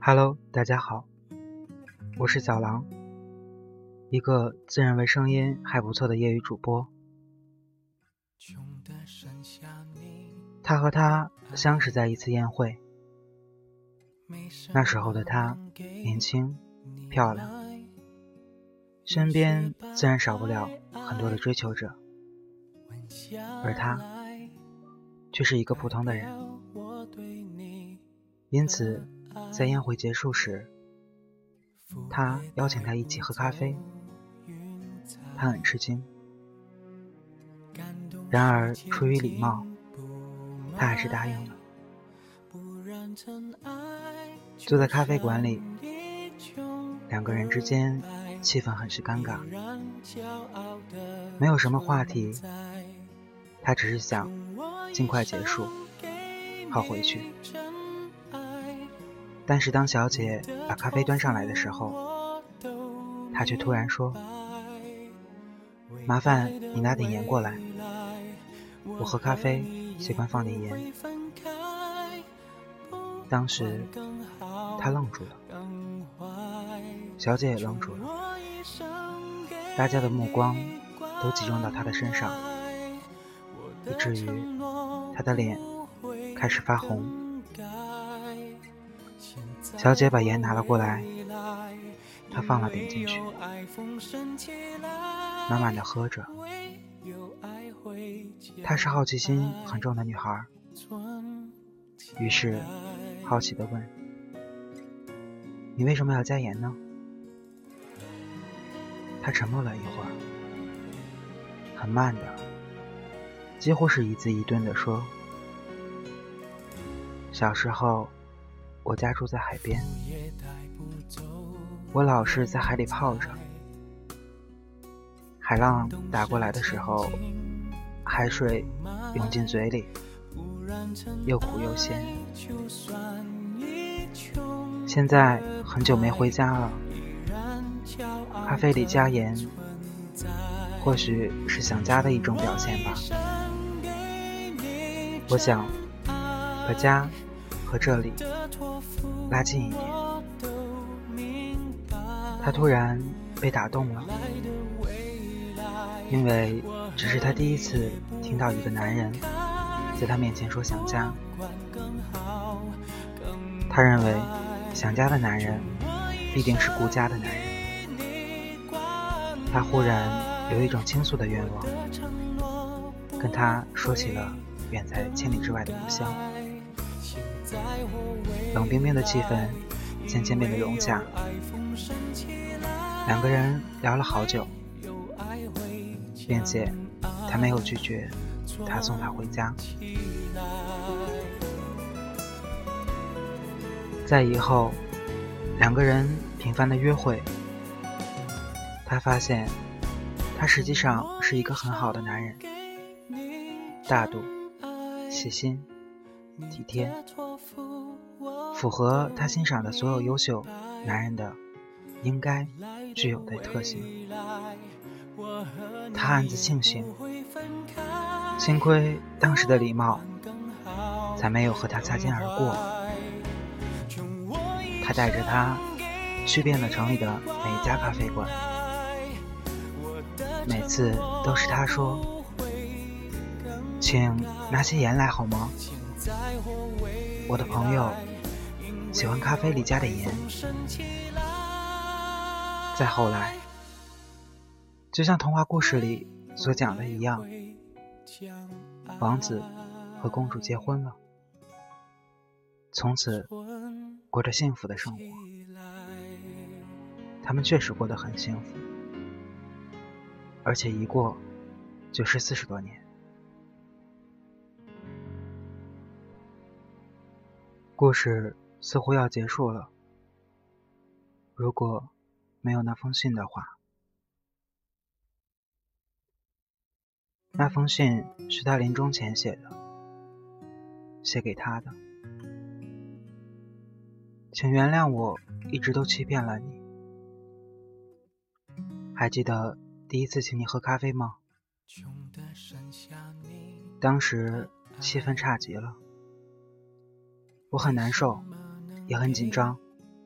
Hello， 大家好，我是小狼，一个自认为声音还不错的业余主播。他和她相识在一次宴会，那时候的他年轻漂亮，身边自然少不了很多的追求者，而他却是一个普通的人。因此在宴会结束时，他邀请他一起喝咖啡，他很吃惊，然而出于礼貌，他还是答应了。坐在咖啡馆里，两个人之间气氛很是尴尬，没有什么话题，他只是想尽快结束，好回去。但是当小姐把咖啡端上来的时候，他却突然说：麻烦你拿点盐过来，我喝咖啡习惯放点盐。当时他愣住了，小姐也愣住了，大家的目光都集中到他的身上，以至于他的脸开始发红。小姐把盐拿了过来，她放了点进去，慢慢地喝着。她是好奇心很重的女孩，于是好奇地问：你为什么要加盐呢？他沉默了一会儿，很慢的，几乎是一字一顿地说：小时候我家住在海边，我老是在海里泡着，海浪打过来的时候，海水涌进嘴里，又苦又咸。现在很久没回家了，咖啡里加盐，或许是想家的一种表现吧。我想把家和这里拉近一点。他突然被打动了，因为只是他第一次听到一个男人在他面前说想家。他认为想家的男人必定是顾家的男人。他忽然有一种倾诉的愿望，跟他说起了远在千里之外的故乡。冷冰冰的气氛渐渐变得融洽，两个人聊了好久，并且他没有拒绝他送他回家。在以后两个人频繁的约会，他发现他实际上是一个很好的男人，大度、细心、体贴，符合他欣赏的所有优秀男人的应该具有的特性。他暗自庆幸，幸亏当时的礼貌才没有和他擦肩而过。他带着他去遍了城里的每一家咖啡馆，每次都是他说：请拿些盐来好吗？我的朋友喜欢咖啡里加点盐。再后来，就像童话故事里所讲的一样，王子和公主结婚了，从此过着幸福的生活。他们确实过得很幸福，而且一过就是40多年。故事似乎要结束了，如果没有那封信的话。那封信是他临终前写的，写给他的。请原谅我一直都欺骗了你。还记得第一次请你喝咖啡吗？当时气氛差极了，我很难受，也很紧张，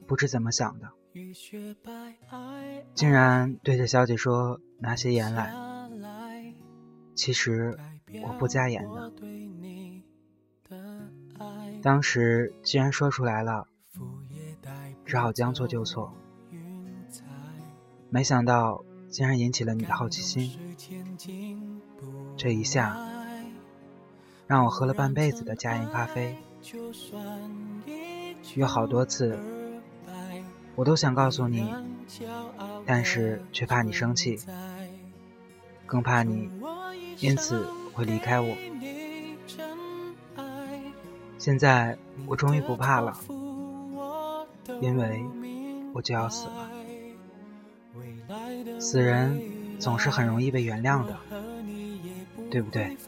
不知怎么想的，竟然对着小姐说拿些盐来。其实我不加盐的。当时既然说出来了，只好将错就错。没想到竟然引起了你的好奇心，这一下让我喝了半辈子的加盐咖啡。有好多次我都想告诉你，但是却怕你生气，更怕你因此会离开我。现在我终于不怕了，因为我就要死了。死人总是很容易被原谅的，对不对？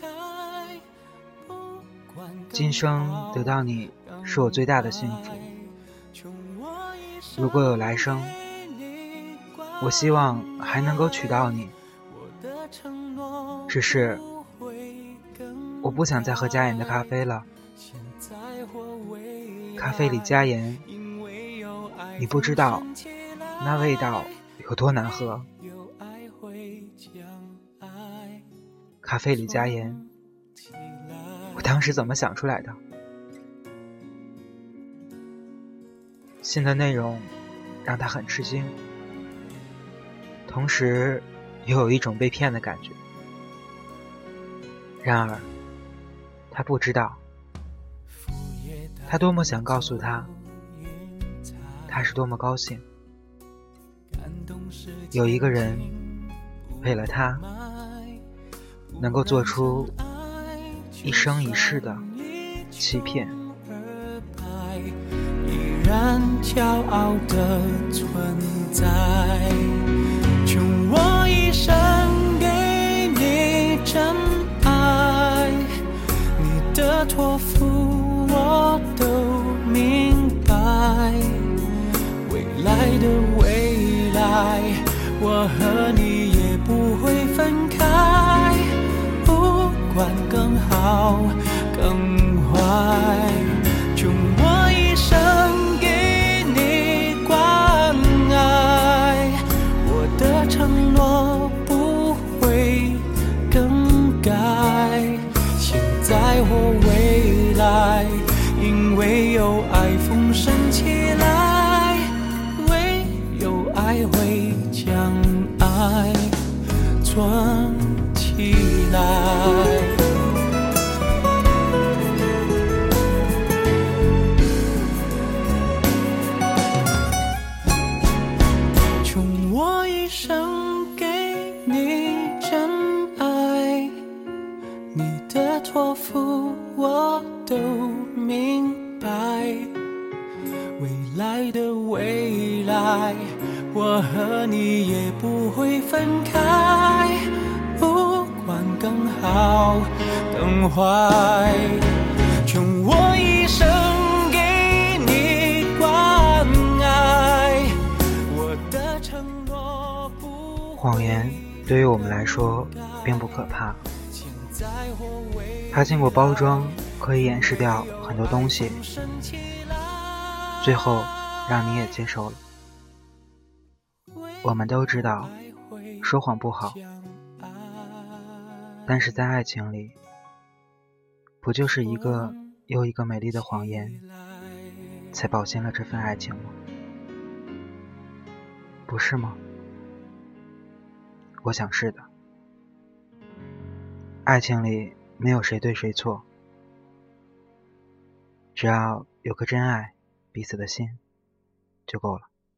今生得到你是我最大的幸福，如果有来生，我希望还能够娶到你。只是我不想再喝加盐的咖啡了，咖啡里加盐，你不知道那味道有多难喝。咖啡里加盐，我当时怎么想出来的？信的内容让他很吃惊，同时又有一种被骗的感觉。然而他不知道，他多么想告诉他，他是多么高兴，有一个人为了他能够做出一生一世的欺骗。 依然骄傲的存在，穷我一生给你真爱，你的托付我都明白，未来的未来，我和你也不会分开，不管更好更坏，穷我一生给你关爱，我的承诺不会更改，现在或未来，因为有爱丰盛起来，唯有爱会将爱存起来。托付我都明白，未来的未来，我和你也不会分开，不管更好更坏，穷我一生给你关爱，我的承诺不。 谎言对于我们来说并不可怕，它经过包装，可以掩饰掉很多东西，最后让你也接受了。我们都知道说谎不好，但是在爱情里，不就是一个又一个美丽的谎言才保鲜了这份爱情吗？不是吗？我想是的。爱情里没有谁对谁错，只要有个真爱彼此的心就够了。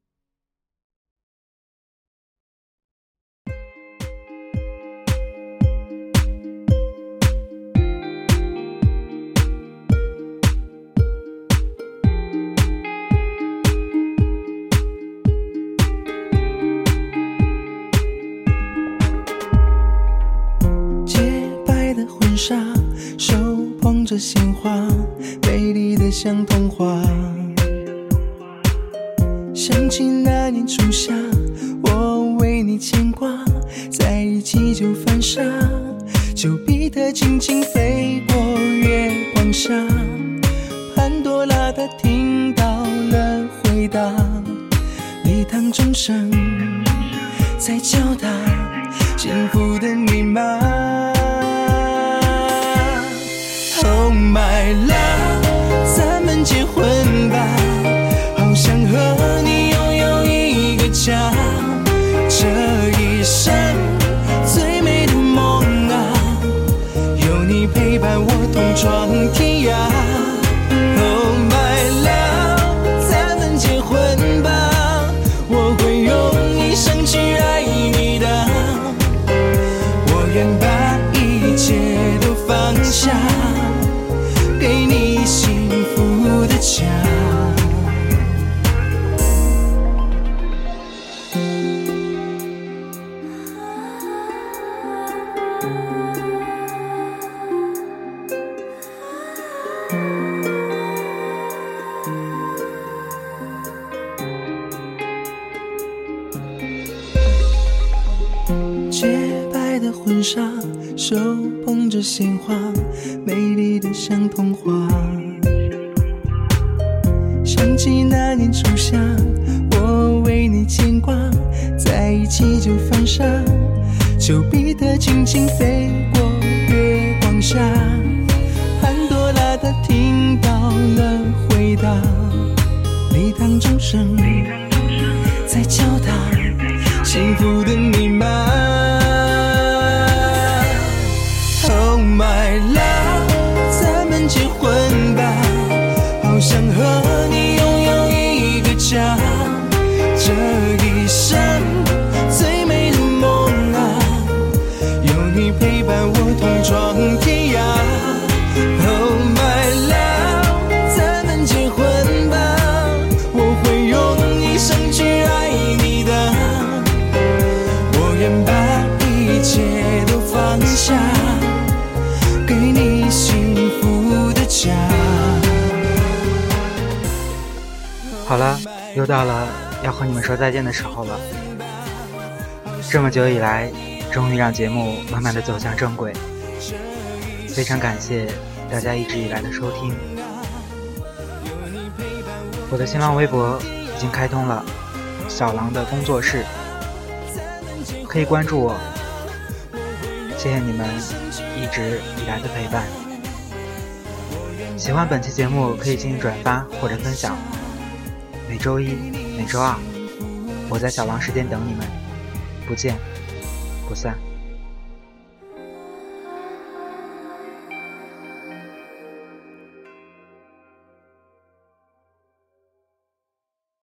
手捧着鲜花，美丽的像童话。想起那年初夏，我为你牵挂，在一起就犯傻，丘比特轻轻飞过月光下，潘多拉她听到了回答， 堂钟声在敲打幸福的密码。 Oh my love， 咱们结婚吧，好想和你拥有一个家，这一生最美的梦啊，有你陪伴我同闯天涯。 Oh my love， 咱们结婚吧，我会用一生去爱你的，我愿把一切都放下，给你幸福的家。洁白的婚纱，手捧着鲜花，美丽的像童话。想起那年初夏，我为你牵挂，在一起就犯傻，丘比特轻轻飞过月光下，潘多拉她听到了回答，礼堂钟声在敲打幸福的密码。Oh my love， 咱们结婚吧，好想和你拥有一个家，这一生最美的梦啊，有你陪伴我同闯天涯。Oh my love， 咱们结婚吧，我会用一生去爱你的，我愿把一切都放下，给你幸福的家。 好了，又到了要和你们说再见的时候了。这么久以来，终于让节目慢慢的走向正轨，非常感谢大家一直以来的收听。我的新浪微博已经开通了，小狼的工作室，可以关注我。谢谢你们一直以来的陪伴。喜欢本期节目可以进行转发或者分享。每周一、每周二，我在小狼时间等你们，不见不散。